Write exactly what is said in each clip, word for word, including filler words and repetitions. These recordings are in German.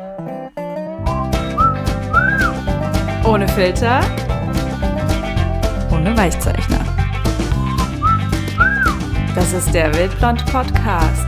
Ohne Filter, ohne Weichzeichner. Das ist der Wildblond Podcast.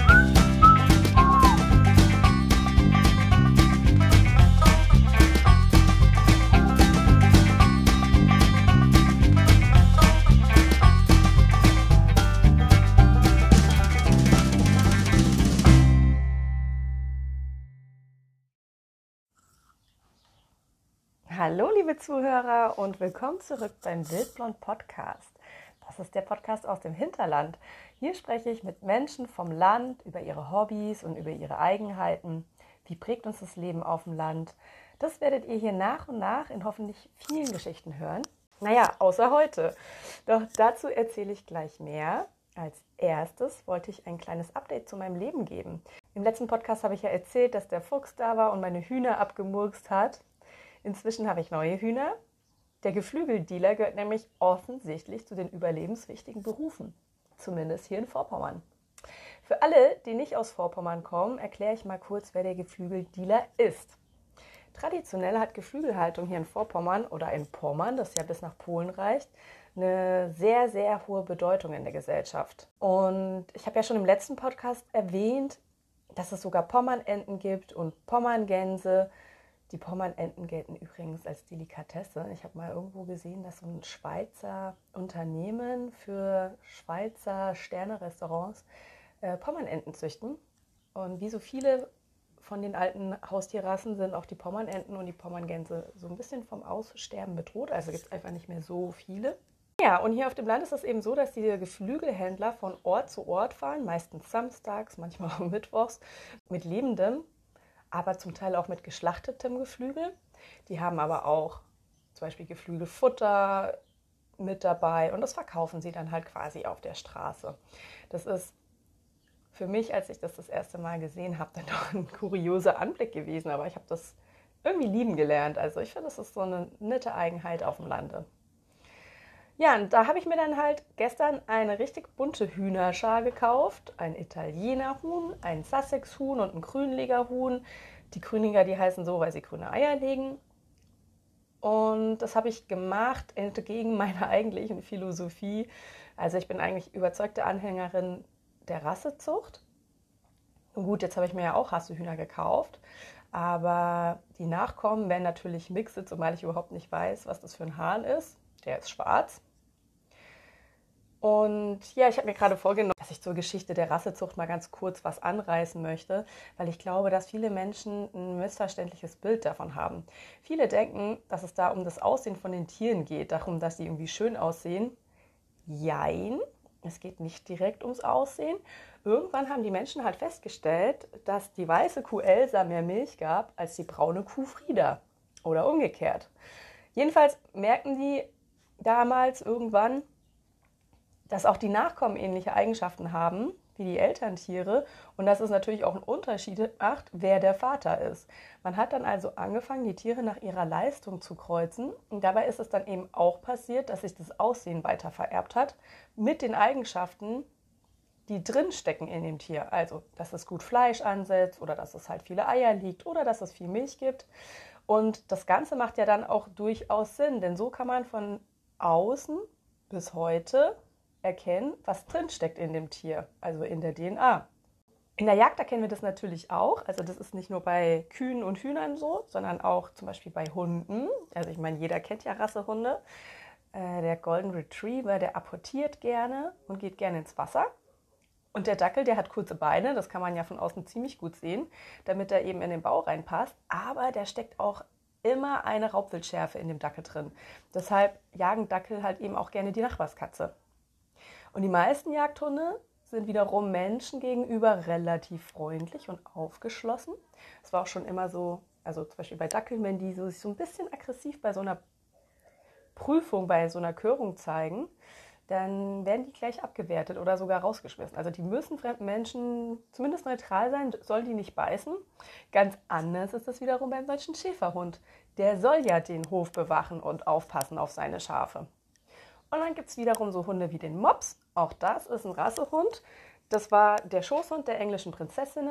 Hallo liebe Zuhörer und willkommen zurück beim Wildblond Podcast. Das ist der Podcast aus dem Hinterland. Hier spreche ich mit Menschen vom Land über ihre Hobbys und über ihre Eigenheiten. Wie prägt uns das Leben auf dem Land? Das werdet ihr hier nach und nach in hoffentlich vielen Geschichten hören. Naja, außer heute. Doch dazu erzähle ich gleich mehr. Als erstes wollte ich ein kleines Update zu meinem Leben geben. Im letzten Podcast habe ich ja erzählt, dass der Fuchs da war und meine Hühner abgemurkst hat. Inzwischen habe ich neue Hühner. Der Geflügeldealer gehört nämlich offensichtlich zu den überlebenswichtigen Berufen, zumindest hier in Vorpommern. Für alle, die nicht aus Vorpommern kommen, erkläre ich mal kurz, wer der Geflügeldealer ist. Traditionell hat Geflügelhaltung hier in Vorpommern oder in Pommern, das ja bis nach Polen reicht, eine sehr, sehr hohe Bedeutung in der Gesellschaft. Und ich habe ja schon im letzten Podcast erwähnt, dass es sogar Pommernenten gibt und Pommerngänse. Die Pommernenten gelten übrigens als Delikatesse. Ich habe mal irgendwo gesehen, dass so ein Schweizer Unternehmen für Schweizer Sterne-Restaurants äh, Pommernenten züchten. Und wie so viele von den alten Haustierrassen sind auch die Pommernenten und die Pommerngänse so ein bisschen vom Aussterben bedroht. Also gibt es einfach nicht mehr so viele. Ja, und hier auf dem Land ist es eben so, dass die Geflügelhändler von Ort zu Ort fahren, meistens samstags, manchmal auch mittwochs, mit lebendem, aber zum Teil auch mit geschlachtetem Geflügel. Die haben aber auch zum Beispiel Geflügelfutter mit dabei und das verkaufen sie dann halt quasi auf der Straße. Das ist für mich, als ich das das erste Mal gesehen habe, dann doch ein kurioser Anblick gewesen, aber ich habe das irgendwie lieben gelernt. Also ich finde, das ist so eine nette Eigenheit auf dem Lande. Ja, und da habe ich mir dann halt gestern eine richtig bunte Hühnerschar gekauft. Ein Italienerhuhn, ein Sussex-Huhn und ein Grünligerhuhn. Die Grünliger, die heißen so, weil sie grüne Eier legen. Und das habe ich gemacht entgegen meiner eigentlichen Philosophie. Also ich bin eigentlich überzeugte Anhängerin der Rassezucht. Und gut, jetzt habe ich mir ja auch Rassehühner gekauft. Aber die Nachkommen werden natürlich Mixe, zumal ich überhaupt nicht weiß, was das für ein Hahn ist. Der ist schwarz. Und ja, ich habe mir gerade vorgenommen, dass ich zur Geschichte der Rassezucht mal ganz kurz was anreißen möchte, weil ich glaube, dass viele Menschen ein missverständliches Bild davon haben. Viele denken, dass es da um das Aussehen von den Tieren geht, darum, dass sie irgendwie schön aussehen. Jein, es geht nicht direkt ums Aussehen. Irgendwann haben die Menschen halt festgestellt, dass die weiße Kuh Elsa mehr Milch gab als die braune Kuh Frieda oder umgekehrt. Jedenfalls merken die damals irgendwann, dass auch die Nachkommen ähnliche Eigenschaften haben wie die Elterntiere und dass es natürlich auch einen Unterschied macht, wer der Vater ist. Man hat dann also angefangen, die Tiere nach ihrer Leistung zu kreuzen und dabei ist es dann eben auch passiert, dass sich das Aussehen weiter vererbt hat mit den Eigenschaften, die drinstecken in dem Tier. Also, dass es gut Fleisch ansetzt oder dass es halt viele Eier liegt oder dass es viel Milch gibt. Und das Ganze macht ja dann auch durchaus Sinn, denn so kann man von außen bis heute erkennen, was drinsteckt in dem Tier, also in der D N A. In der Jagd erkennen wir das natürlich auch, also das ist nicht nur bei Kühen und Hühnern so, sondern auch zum Beispiel bei Hunden. Also ich meine, jeder kennt ja Rassehunde. Äh, der Golden Retriever, der apportiert gerne und geht gerne ins Wasser. Und der Dackel, der hat kurze Beine, das kann man ja von außen ziemlich gut sehen, damit er eben in den Bau reinpasst. Aber der steckt auch immer eine Raubwildschärfe in dem Dackel drin. Deshalb jagen Dackel halt eben auch gerne die Nachbarskatze. Und die meisten Jagdhunde sind wiederum Menschen gegenüber relativ freundlich und aufgeschlossen. Es war auch schon immer so, also zum Beispiel bei Dackeln, wenn die so, sich so ein bisschen aggressiv bei so einer Prüfung, bei so einer Körung zeigen, dann werden die gleich abgewertet oder sogar rausgeschmissen. Also die müssen fremden Menschen zumindest neutral sein, sollen die nicht beißen. Ganz anders ist es wiederum beim deutschen Schäferhund. Der soll ja den Hof bewachen und aufpassen auf seine Schafe. Und dann gibt es wiederum so Hunde wie den Mops. Auch das ist ein Rassehund. Das war der Schoßhund der englischen Prinzessinnen.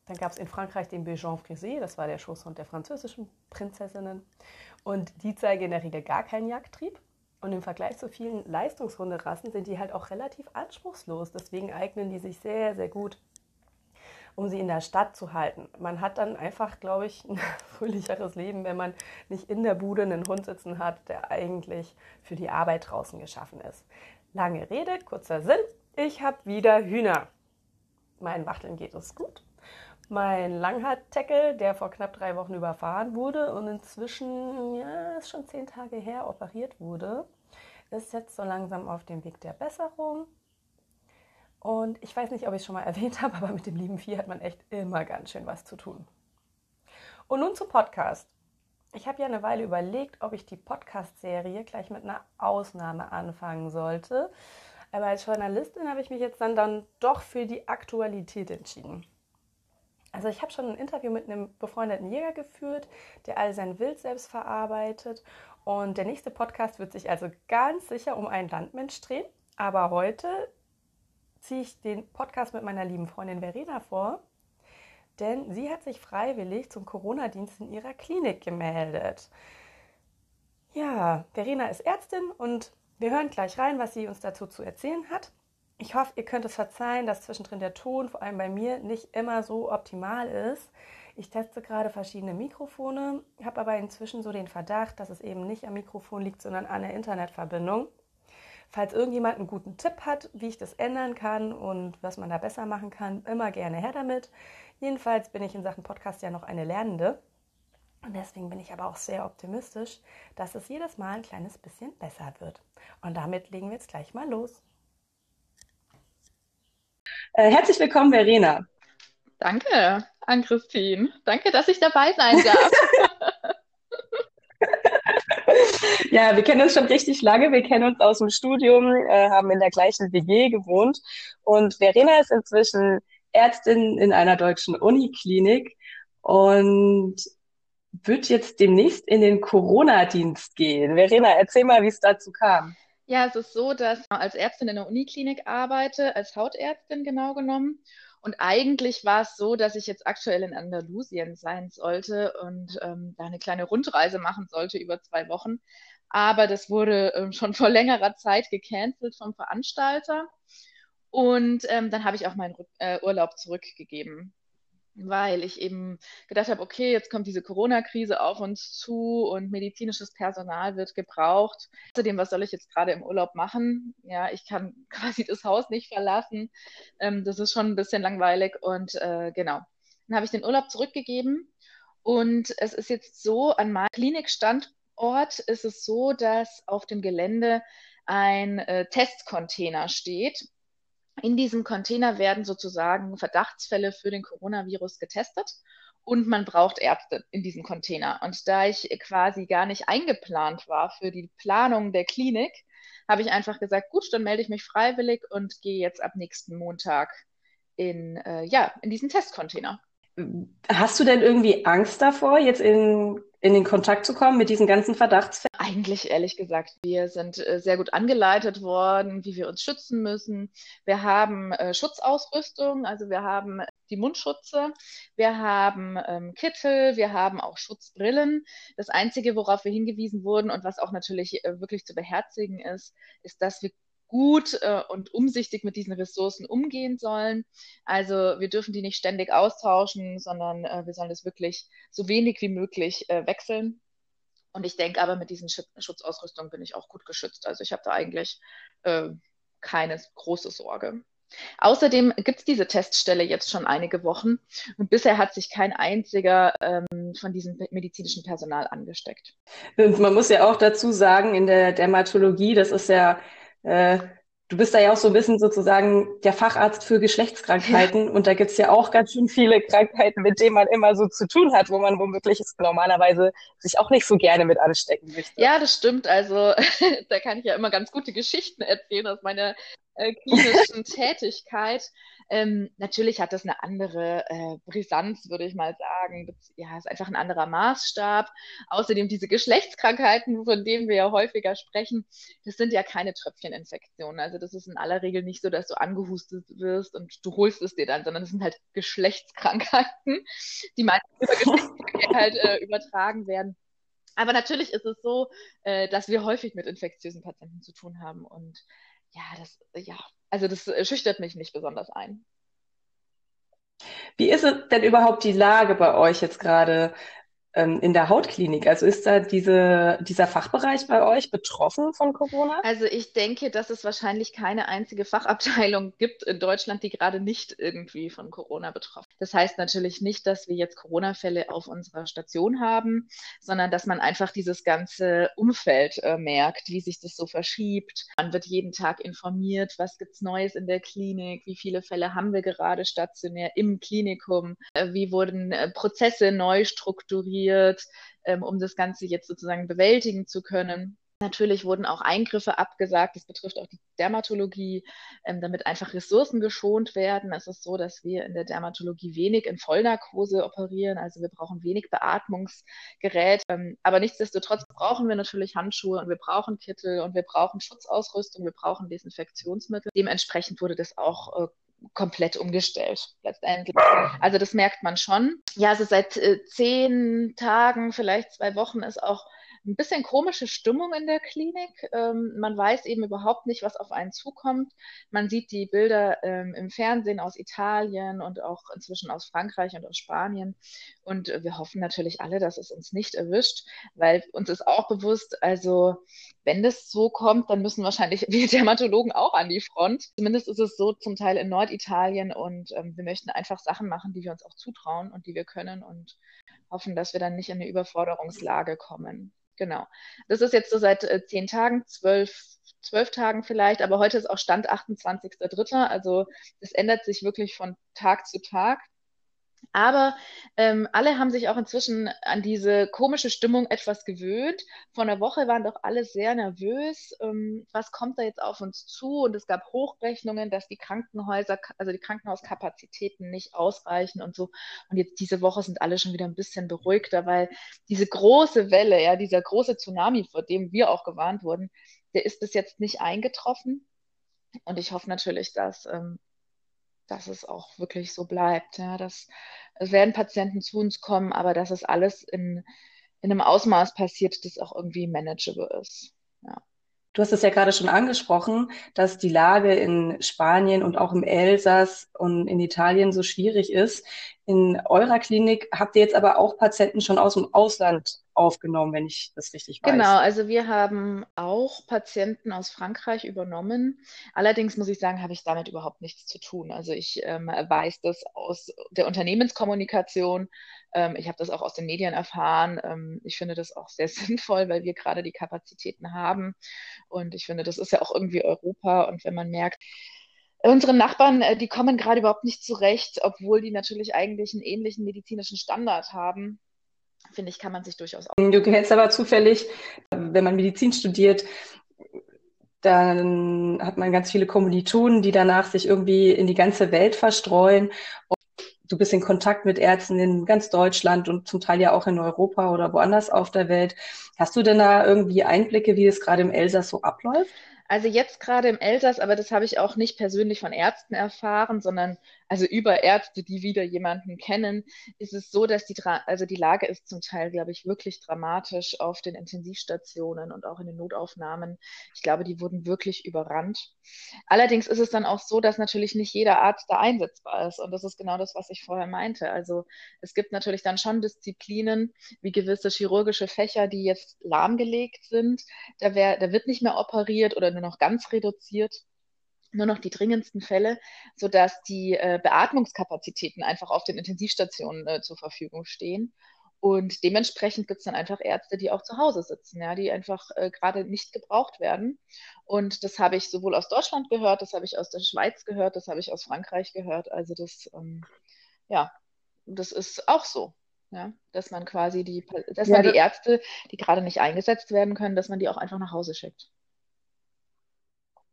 Dann gab es in Frankreich den Béjon Frisé, das war der Schoßhund der französischen Prinzessinnen. Und die zeigen in der Regel gar keinen Jagdtrieb. Und im Vergleich zu vielen Leistungshunderassen sind die halt auch relativ anspruchslos. Deswegen eignen die sich sehr, sehr gut, um sie in der Stadt zu halten. Man hat dann einfach, glaube ich, ein fröhlicheres Leben, wenn man nicht in der Bude einen Hund sitzen hat, der eigentlich für die Arbeit draußen geschaffen ist. Lange Rede, kurzer Sinn. Ich habe wieder Hühner. Meinen Wachteln geht es gut. Mein Langhaar-Teckel, der vor knapp drei Wochen überfahren wurde und inzwischen, ja, ist schon zehn Tage her, operiert wurde, ist jetzt so langsam auf dem Weg der Besserung. Und ich weiß nicht, ob ich es schon mal erwähnt habe, aber mit dem lieben Vieh hat man echt immer ganz schön was zu tun. Und nun zum Podcast. Ich habe ja eine Weile überlegt, ob ich die Podcast-Serie gleich mit einer Ausnahme anfangen sollte. Aber als Journalistin habe ich mich jetzt dann, dann doch für die Aktualität entschieden. Also ich habe schon ein Interview mit einem befreundeten Jäger geführt, der all sein Wild selbst verarbeitet. Und der nächste Podcast wird sich also ganz sicher um einen Landmensch drehen. Aber heute ziehe ich den Podcast mit meiner lieben Freundin Verena vor, denn sie hat sich freiwillig zum Corona-Dienst in ihrer Klinik gemeldet. Ja, Verena ist Ärztin und wir hören gleich rein, was sie uns dazu zu erzählen hat. Ich hoffe, ihr könnt es verzeihen, dass zwischendrin der Ton, vor allem bei mir, nicht immer so optimal ist. Ich teste gerade verschiedene Mikrofone, habe aber inzwischen so den Verdacht, dass es eben nicht am Mikrofon liegt, sondern an der Internetverbindung. Falls irgendjemand einen guten Tipp hat, wie ich das ändern kann und was man da besser machen kann, immer gerne her damit. Jedenfalls bin ich in Sachen Podcast ja noch eine Lernende. Und deswegen bin ich aber auch sehr optimistisch, dass es jedes Mal ein kleines bisschen besser wird. Und damit legen wir jetzt gleich mal los. Äh, herzlich willkommen, Verena. Danke, Ann-Christine. Danke, dass ich dabei sein darf. Ja, wir kennen uns schon richtig lange. Wir kennen uns aus dem Studium, äh, haben in der gleichen W G gewohnt. Und Verena ist inzwischen Ärztin in einer deutschen Uniklinik und wird jetzt demnächst in den Corona-Dienst gehen. Verena, erzähl mal, wie es dazu kam. Ja, es ist so, dass ich als Ärztin in der Uniklinik arbeite, als Hautärztin genau genommen. Und eigentlich war es so, dass ich jetzt aktuell in Andalusien sein sollte und ähm, da eine kleine Rundreise machen sollte über zwei Wochen. Aber das wurde ähm, schon vor längerer Zeit gecancelt vom Veranstalter. Und ähm, dann habe ich auch meinen äh, Urlaub zurückgegeben, weil ich eben gedacht habe, okay, jetzt kommt diese Corona-Krise auf uns zu und medizinisches Personal wird gebraucht. Außerdem, was soll ich jetzt gerade im Urlaub machen? Ja, ich kann quasi das Haus nicht verlassen. Ähm, das ist schon ein bisschen langweilig und äh, genau. Dann habe ich den Urlaub zurückgegeben und es ist jetzt so, an meinem Klinikstandort ist es so, dass auf dem Gelände ein äh, Testcontainer steht. In diesem Container werden sozusagen Verdachtsfälle für den Coronavirus getestet und man braucht Ärzte in diesem Container. Und da ich quasi gar nicht eingeplant war für die Planung der Klinik, habe ich einfach gesagt, gut, dann melde ich mich freiwillig und gehe jetzt ab nächsten Montag in, äh, ja, in diesen Testcontainer. Hast du denn irgendwie Angst davor, jetzt in, in den Kontakt zu kommen mit diesen ganzen Verdachtsfällen? Eigentlich ehrlich gesagt, wir sind äh, sehr gut angeleitet worden, wie wir uns schützen müssen. Wir haben äh, Schutzausrüstung, also wir haben die Mundschutze, wir haben ähm, Kittel, wir haben auch Schutzbrillen. Das Einzige, worauf wir hingewiesen wurden und was auch natürlich äh, wirklich zu beherzigen ist, ist, dass wir gut äh, und umsichtig mit diesen Ressourcen umgehen sollen. Also wir dürfen die nicht ständig austauschen, sondern äh, wir sollen es wirklich so wenig wie möglich äh, wechseln. Und ich denke aber, mit diesen Schutzausrüstung bin ich auch gut geschützt. Also ich habe da eigentlich äh, keine große Sorge. Außerdem gibt es diese Teststelle jetzt schon einige Wochen und bisher hat sich kein einziger ähm, von diesem medizinischen Personal angesteckt. Und man muss ja auch dazu sagen, in der Dermatologie, das ist ja Äh, du bist da ja auch so ein bisschen sozusagen der Facharzt für Geschlechtskrankheiten ja. Und da gibt's ja auch ganz schön viele Krankheiten, mit denen man immer so zu tun hat, wo man womöglich normalerweise sich auch nicht so gerne mit anstecken möchte. Ja, das stimmt. Also da kann ich ja immer ganz gute Geschichten erzählen aus meiner äh, klinischen Tätigkeit. Ähm, natürlich hat das eine andere äh, Brisanz, würde ich mal sagen. Das, ja, ist einfach ein anderer Maßstab. Außerdem diese Geschlechtskrankheiten, von denen wir ja häufiger sprechen, das sind ja keine Tröpfcheninfektionen. Also das ist in aller Regel nicht so, dass du angehustet wirst und du holst es dir dann, sondern das sind halt Geschlechtskrankheiten, die meistens über Geschlechtsverkehr halt äh, übertragen werden. Aber natürlich ist es so, äh, dass wir häufig mit infektiösen Patienten zu tun haben. Und ja, das, ja, also das äh, schüchtert mich nicht besonders ein. Wie ist es denn überhaupt die Lage bei euch jetzt gerade ähm, in der Hautklinik? Also ist da diese, dieser Fachbereich bei euch betroffen von Corona? Also ich denke, dass es wahrscheinlich keine einzige Fachabteilung gibt in Deutschland, die gerade nicht irgendwie von Corona betroffen ist. Das heißt natürlich nicht, dass wir jetzt Corona-Fälle auf unserer Station haben, sondern dass man einfach dieses ganze Umfeld äh, merkt, wie sich das so verschiebt. Man wird jeden Tag informiert, was gibt's Neues in der Klinik, wie viele Fälle haben wir gerade stationär im Klinikum, äh, wie wurden äh, Prozesse neu strukturiert, ähm, um das Ganze jetzt sozusagen bewältigen zu können. Natürlich wurden auch Eingriffe abgesagt. Das betrifft auch die Dermatologie, ähm, damit einfach Ressourcen geschont werden. Es ist so, dass wir in der Dermatologie wenig in Vollnarkose operieren. Also wir brauchen wenig Beatmungsgerät. Ähm, aber nichtsdestotrotz brauchen wir natürlich Handschuhe und wir brauchen Kittel und wir brauchen Schutzausrüstung, wir brauchen Desinfektionsmittel. Dementsprechend wurde das auch äh, komplett umgestellt letztendlich. Also das merkt man schon. Ja, also seit äh, zehn Tagen, vielleicht zwei Wochen ist auch ein bisschen komische Stimmung in der Klinik. Ähm, man weiß eben überhaupt nicht, was auf einen zukommt. Man sieht die Bilder ähm, im Fernsehen aus Italien und auch inzwischen aus Frankreich und aus Spanien. Und äh, wir hoffen natürlich alle, dass es uns nicht erwischt, weil uns ist auch bewusst, also wenn das so kommt, dann müssen wahrscheinlich wir Dermatologen auch an die Front. Zumindest ist es so zum Teil in Norditalien und ähm, wir möchten einfach Sachen machen, die wir uns auch zutrauen und die wir können und hoffen, dass wir dann nicht in eine Überforderungslage kommen. Genau. Das ist jetzt so seit äh, zehn Tagen, zwölf, zwölf Tagen vielleicht, aber heute ist auch Stand achtundzwanzigster dritter Also das ändert sich wirklich von Tag zu Tag. Aber ähm, alle haben sich auch inzwischen an diese komische Stimmung etwas gewöhnt. Vor einer Woche waren doch alle sehr nervös. Ähm, was kommt da jetzt auf uns zu? Und es gab Hochrechnungen, dass die Krankenhäuser, also die Krankenhauskapazitäten nicht ausreichen und so. Und jetzt diese Woche sind alle schon wieder ein bisschen beruhigter, weil diese große Welle, ja, dieser große Tsunami, vor dem wir auch gewarnt wurden, der ist bis jetzt nicht eingetroffen. Und ich hoffe natürlich, dass ähm, dass es auch wirklich so bleibt. Ja, dass es werden Patienten zu uns kommen, aber dass es alles in, in einem Ausmaß passiert, das auch irgendwie manageable ist. Ja. Du hast es ja gerade schon angesprochen, dass die Lage in Spanien und auch im Elsass und in Italien so schwierig ist. In eurer Klinik habt ihr jetzt aber auch Patienten schon aus dem Ausland aufgenommen, wenn ich das richtig weiß. Genau, also wir haben auch Patienten aus Frankreich übernommen. Allerdings muss ich sagen, habe ich damit überhaupt nichts zu tun. Also ich ähm, weiß das aus der Unternehmenskommunikation. Ähm, ich habe das auch aus den Medien erfahren. Ähm, ich finde das auch sehr sinnvoll, weil wir gerade die Kapazitäten haben. Und ich finde, das ist ja auch irgendwie Europa. Und wenn man merkt, unsere Nachbarn, äh, die kommen gerade überhaupt nicht zurecht, obwohl die natürlich eigentlich einen ähnlichen medizinischen Standard haben, finde ich, kann man sich durchaus auch. Du kennst aber zufällig, wenn man Medizin studiert, dann hat man ganz viele Kommilitonen, die danach sich irgendwie in die ganze Welt verstreuen. Und du bist in Kontakt mit Ärzten in ganz Deutschland und zum Teil ja auch in Europa oder woanders auf der Welt. Hast du denn da irgendwie Einblicke, wie es gerade im Elsass so abläuft? Also jetzt gerade im Elsass, aber das habe ich auch nicht persönlich von Ärzten erfahren, sondern also über Ärzte, die wieder jemanden kennen, ist es so, dass die, also die Lage ist zum Teil, glaube ich, wirklich dramatisch auf den Intensivstationen und auch in den Notaufnahmen. Ich glaube, die wurden wirklich überrannt. Allerdings ist es dann auch so, dass natürlich nicht jeder Arzt da einsetzbar ist. Und das ist genau das, was ich vorher meinte. Also es gibt natürlich dann schon Disziplinen wie gewisse chirurgische Fächer, die jetzt lahmgelegt sind. Da, wär, da wird nicht mehr operiert oder nur noch ganz reduziert, nur noch die dringendsten Fälle, sodass die äh, Beatmungskapazitäten einfach auf den Intensivstationen äh, zur Verfügung stehen. Und dementsprechend gibt es dann einfach Ärzte, die auch zu Hause sitzen, ja, die einfach äh, gerade nicht gebraucht werden. Und das habe ich sowohl aus Deutschland gehört, das habe ich aus der Schweiz gehört, das habe ich aus Frankreich gehört. Also das, ähm, ja, das ist auch so. Ja, dass man quasi die, dass Ja, man die das, Ärzte, die gerade nicht eingesetzt werden können, dass man die auch einfach nach Hause schickt.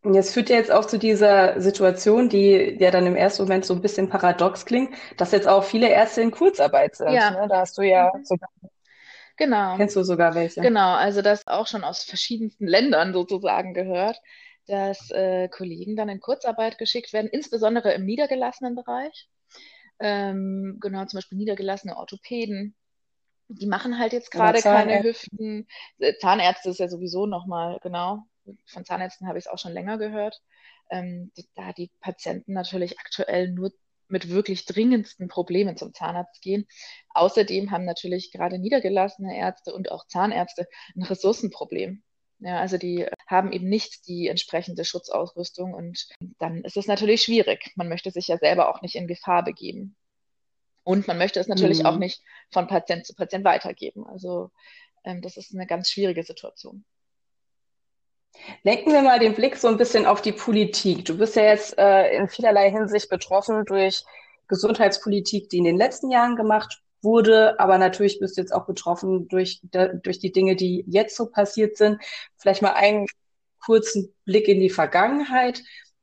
Jetzt führt ja jetzt auch zu dieser Situation, die ja dann im ersten Moment so ein bisschen paradox klingt, dass jetzt auch viele Ärzte in Kurzarbeit sind. Ja, Ne? Da hast du ja mhm. sogar, Genau, kennst du sogar welche. genau. Also das auch schon aus verschiedensten Ländern sozusagen gehört, dass äh, Kollegen dann in Kurzarbeit geschickt werden, insbesondere im niedergelassenen Bereich. Ähm, genau, zum Beispiel niedergelassene Orthopäden. Die machen halt jetzt Oder gerade keine Zahnärzte. Hüften. Äh, Zahnärzte ist ja sowieso nochmal, genau. Von Zahnärzten habe ich es auch schon länger gehört. Ähm, die, da die Patienten natürlich aktuell nur mit wirklich dringendsten Problemen zum Zahnarzt gehen. Außerdem haben natürlich gerade niedergelassene Ärzte und auch Zahnärzte ein Ressourcenproblem. Ja, also die haben eben nicht die entsprechende Schutzausrüstung und dann ist es natürlich schwierig. Man möchte sich ja selber auch nicht in Gefahr begeben. Und man möchte es natürlich auch Hm. nicht von Patient zu Patient weitergeben. Also ähm, das ist eine ganz schwierige Situation. Lenken wir mal den Blick so ein bisschen auf die Politik. Du bist ja jetzt äh, in vielerlei Hinsicht betroffen durch Gesundheitspolitik, die in den letzten Jahren gemacht wurde, aber natürlich bist du jetzt auch betroffen durch, durch die Dinge, die jetzt so passiert sind. Vielleicht mal einen kurzen Blick in die Vergangenheit.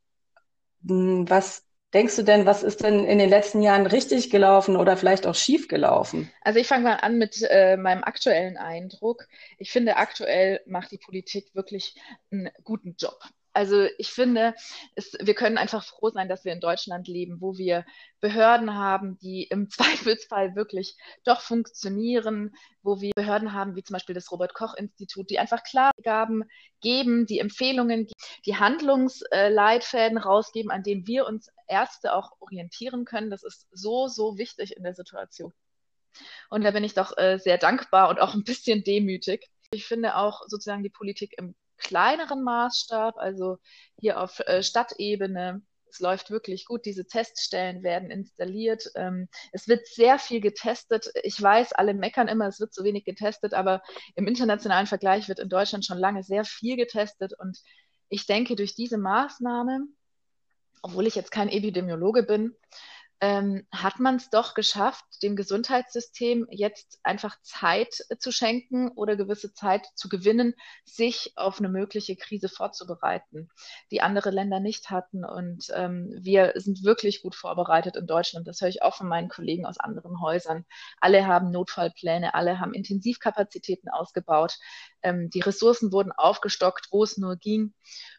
Hm, Was denkst du denn, was ist denn in den letzten Jahren richtig gelaufen oder vielleicht auch schief gelaufen? Also ich fange mal an mit äh, meinem aktuellen Eindruck. Ich finde, aktuell macht die Politik wirklich einen guten Job. Also ich finde, es, wir können einfach froh sein, dass wir in Deutschland leben, wo wir Behörden haben, die im Zweifelsfall wirklich doch funktionieren, wo wir Behörden haben, wie zum Beispiel das Robert-Koch-Institut, die einfach Klargaben geben, die Empfehlungen, die Handlungsleitfäden rausgeben, an denen wir uns Ärzte auch orientieren können. Das ist so, so wichtig in der Situation. Und da bin ich doch äh, sehr dankbar und auch ein bisschen demütig. Ich finde auch sozusagen die Politik im kleineren Maßstab, also hier auf äh, Stadtebene, es läuft wirklich gut. Diese Teststellen werden installiert. Ähm, es wird sehr viel getestet. Ich weiß, alle meckern immer, es wird zu wenig getestet, aber im internationalen Vergleich wird in Deutschland schon lange sehr viel getestet. Und ich denke, durch diese Maßnahme, obwohl ich jetzt kein Epidemiologe bin, ähm, hat man es doch geschafft, dem Gesundheitssystem jetzt einfach Zeit äh, zu schenken oder gewisse Zeit zu gewinnen, sich auf eine mögliche Krise vorzubereiten, die andere Länder nicht hatten. Und ähm, wir sind wirklich gut vorbereitet in Deutschland. Das höre ich auch von meinen Kollegen aus anderen Häusern. Alle haben Notfallpläne, alle haben Intensivkapazitäten ausgebaut. Ähm, die Ressourcen wurden aufgestockt, wo es nur ging.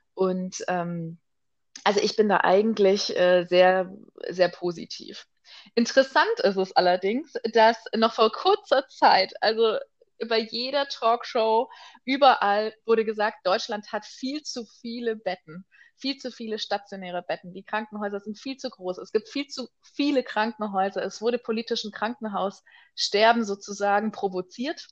Und ähm, also ich bin da eigentlich äh, sehr, sehr positiv. Interessant ist es allerdings, dass noch vor kurzer Zeit, also bei jeder Talkshow, überall wurde gesagt, Deutschland hat viel zu viele Betten, viel zu viele stationäre Betten. Die Krankenhäuser sind viel zu groß. Es gibt viel zu viele Krankenhäuser. Es wurde politischen Krankenhaussterben sozusagen provoziert.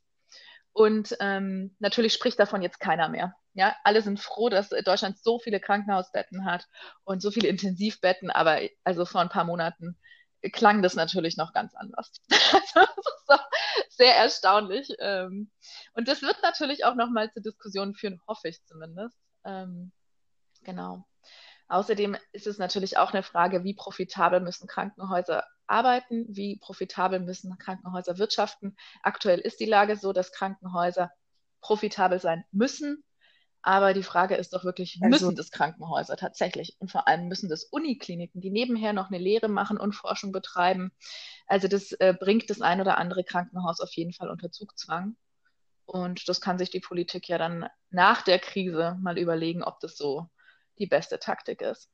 Und ähm, natürlich spricht davon jetzt keiner mehr. Ja, alle sind froh, dass Deutschland so viele Krankenhausbetten hat und so viele Intensivbetten, aber also vor ein paar Monaten klang das natürlich noch ganz anders. Also das ist so sehr erstaunlich. Ähm, und das wird natürlich auch nochmal zu Diskussionen führen, hoffe ich zumindest. Ähm, genau. Außerdem ist es natürlich auch eine Frage, wie profitabel müssen Krankenhäuser arbeiten, wie profitabel müssen Krankenhäuser wirtschaften. Aktuell ist die Lage so, dass Krankenhäuser profitabel sein müssen. Aber die Frage ist doch wirklich, Also, müssen das Krankenhäuser tatsächlich? Und vor allem müssen das Unikliniken, die nebenher noch eine Lehre machen und Forschung betreiben. Also das äh, bringt das ein oder andere Krankenhaus auf jeden Fall unter Zugzwang. Und das kann sich die Politik ja dann nach der Krise mal überlegen, ob das so die beste Taktik ist.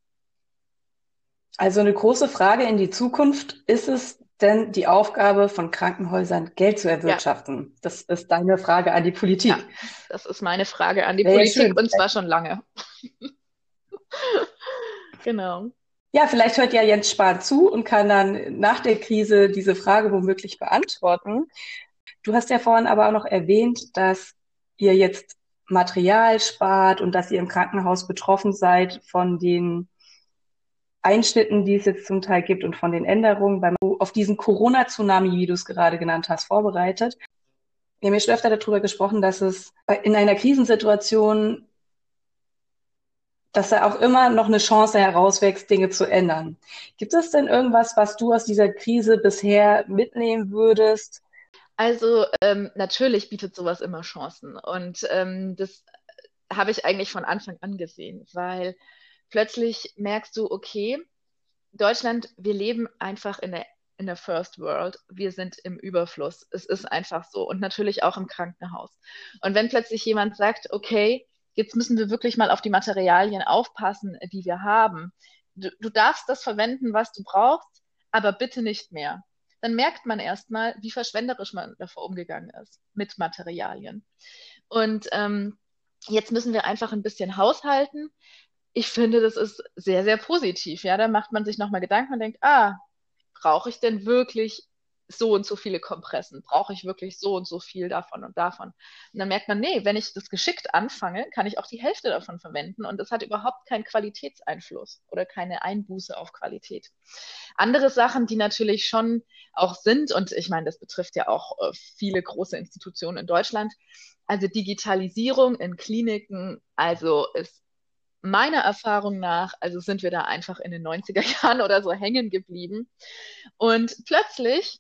also eine große Frage in die Zukunft. Ist es denn die Aufgabe von Krankenhäusern, Geld zu Ja, erwirtschaften? Das ist deine Frage an die ja, Politik. das ist meine Frage an die Wäre ja Politik schön. und zwar schon lange. Genau. Ja, vielleicht hört ja Jens Spahn zu und kann dann nach der Krise diese Frage womöglich beantworten. Du hast ja vorhin aber auch noch erwähnt, dass ihr jetzt Material spart und dass ihr im Krankenhaus betroffen seid von den Einschnitten, die es jetzt zum Teil gibt und von den Änderungen beim, auf diesen Corona-Tsunami, wie du es gerade genannt hast, vorbereitet. Wir haben ja schon öfter darüber gesprochen, dass es in einer Krisensituation, dass da auch immer noch eine Chance herauswächst, Dinge zu ändern. Gibt es denn irgendwas, was du aus dieser Krise bisher mitnehmen würdest? Also ähm, natürlich bietet sowas immer Chancen und ähm, das habe ich eigentlich von Anfang an gesehen, weil plötzlich merkst du, okay, Deutschland, wir leben einfach in der, in der First World. Wir sind im Überfluss. Es ist einfach so. Und natürlich auch im Krankenhaus. Und wenn plötzlich jemand sagt, okay, jetzt müssen wir wirklich mal auf die Materialien aufpassen, die wir haben. Du, du darfst das verwenden, was du brauchst, aber bitte nicht mehr. Dann merkt man erstmal, wie verschwenderisch man davor umgegangen ist mit Materialien. Und ähm, jetzt müssen wir einfach ein bisschen haushalten. Ich finde, das ist sehr, sehr positiv. Ja, da macht man sich nochmal Gedanken und denkt, ah, brauche ich denn wirklich so und so viele Kompressen? Brauche ich wirklich so und so viel davon und davon? Und dann merkt man, nee, wenn ich das geschickt anfange, kann ich auch die Hälfte davon verwenden und es hat überhaupt keinen Qualitätseinfluss oder keine Einbuße auf Qualität. Andere Sachen, die natürlich schon auch sind, und ich meine, das betrifft ja auch äh, viele große Institutionen in Deutschland, also Digitalisierung in Kliniken, also ist meiner Erfahrung nach, also sind wir da einfach in den neunziger Jahren oder so hängen geblieben. Und plötzlich,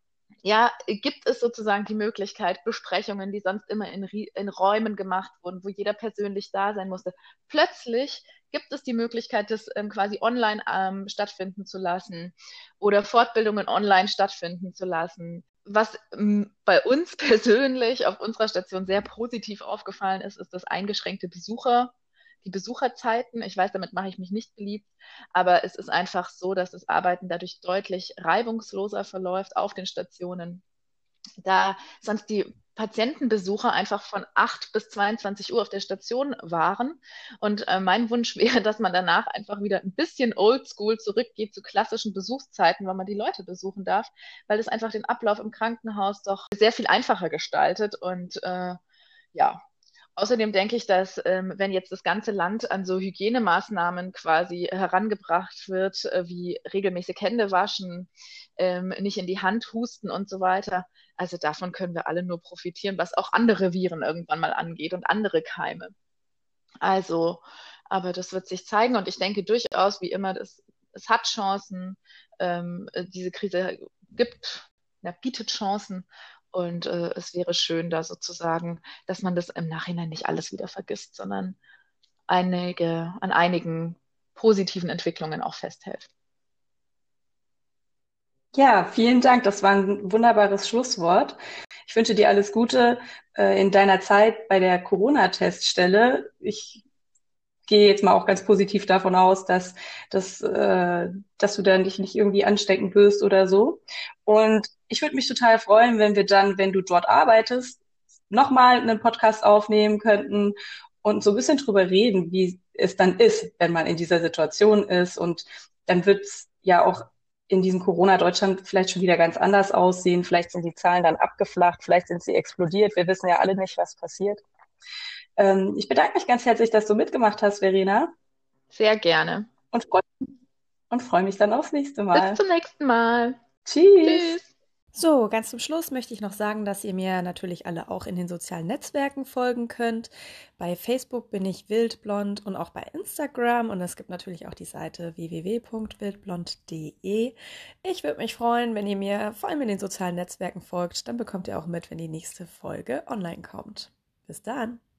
ja, gibt es sozusagen die Möglichkeit, Besprechungen, die sonst immer in, in Räumen gemacht wurden, wo jeder persönlich da sein musste. Plötzlich gibt es die Möglichkeit, das ähm, quasi online ähm, stattfinden zu lassen oder Fortbildungen online stattfinden zu lassen. Was ähm, bei uns persönlich auf unserer Station sehr positiv aufgefallen ist, ist das eingeschränkte Besucher die Besucherzeiten. Ich weiß, damit mache ich mich nicht beliebt, aber es ist einfach so, dass das Arbeiten dadurch deutlich reibungsloser verläuft auf den Stationen, da sonst die Patientenbesucher einfach von acht bis zweiundzwanzig Uhr auf der Station waren. Und äh, mein Wunsch wäre, dass man danach einfach wieder ein bisschen oldschool zurückgeht zu klassischen Besuchszeiten, weil man die Leute besuchen darf, weil das einfach den Ablauf im Krankenhaus doch sehr viel einfacher gestaltet. Und äh, ja, außerdem denke ich, dass ähm, wenn jetzt das ganze Land an so Hygienemaßnahmen quasi herangebracht wird, äh, wie regelmäßig Hände waschen, ähm, nicht in die Hand husten und so weiter, also davon können wir alle nur profitieren, was auch andere Viren irgendwann mal angeht und andere Keime. Also, aber das wird sich zeigen und ich denke durchaus, wie immer, das, es hat Chancen, ähm, diese Krise gibt, ja, bietet Chancen. Und äh, es wäre schön, da sozusagen, dass man das im Nachhinein nicht alles wieder vergisst, sondern einige, an einigen positiven Entwicklungen auch festhält. Ja, vielen Dank. Das war ein wunderbares Schlusswort. Ich wünsche dir alles Gute äh, in deiner Zeit bei der Corona-Teststelle. Ich gehe jetzt mal auch ganz positiv davon aus, dass, dass, äh, dass du dann dich nicht irgendwie anstecken wirst oder so. Und ich würde mich total freuen, wenn wir dann, wenn du dort arbeitest, nochmal einen Podcast aufnehmen könnten und so ein bisschen drüber reden, wie es dann ist, wenn man in dieser Situation ist. Und dann wird es ja auch in diesem Corona-Deutschland vielleicht schon wieder ganz anders aussehen. Vielleicht sind die Zahlen dann abgeflacht, vielleicht sind sie explodiert. Wir wissen ja alle nicht, was passiert. Ähm, ich bedanke mich ganz herzlich, dass du mitgemacht hast, Verena. Sehr gerne. Und freue und freu mich dann aufs nächste Mal. Bis zum nächsten Mal. Tschüss. Tschüss. So, ganz zum Schluss möchte ich noch sagen, dass ihr mir natürlich alle auch in den sozialen Netzwerken folgen könnt. Bei Facebook bin ich wildblond und auch bei Instagram und es gibt natürlich auch die Seite w w w punkt wildblond punkt d e. Ich würde mich freuen, wenn ihr mir vor allem in den sozialen Netzwerken folgt, dann bekommt ihr auch mit, wenn die nächste Folge online kommt. Bis dann!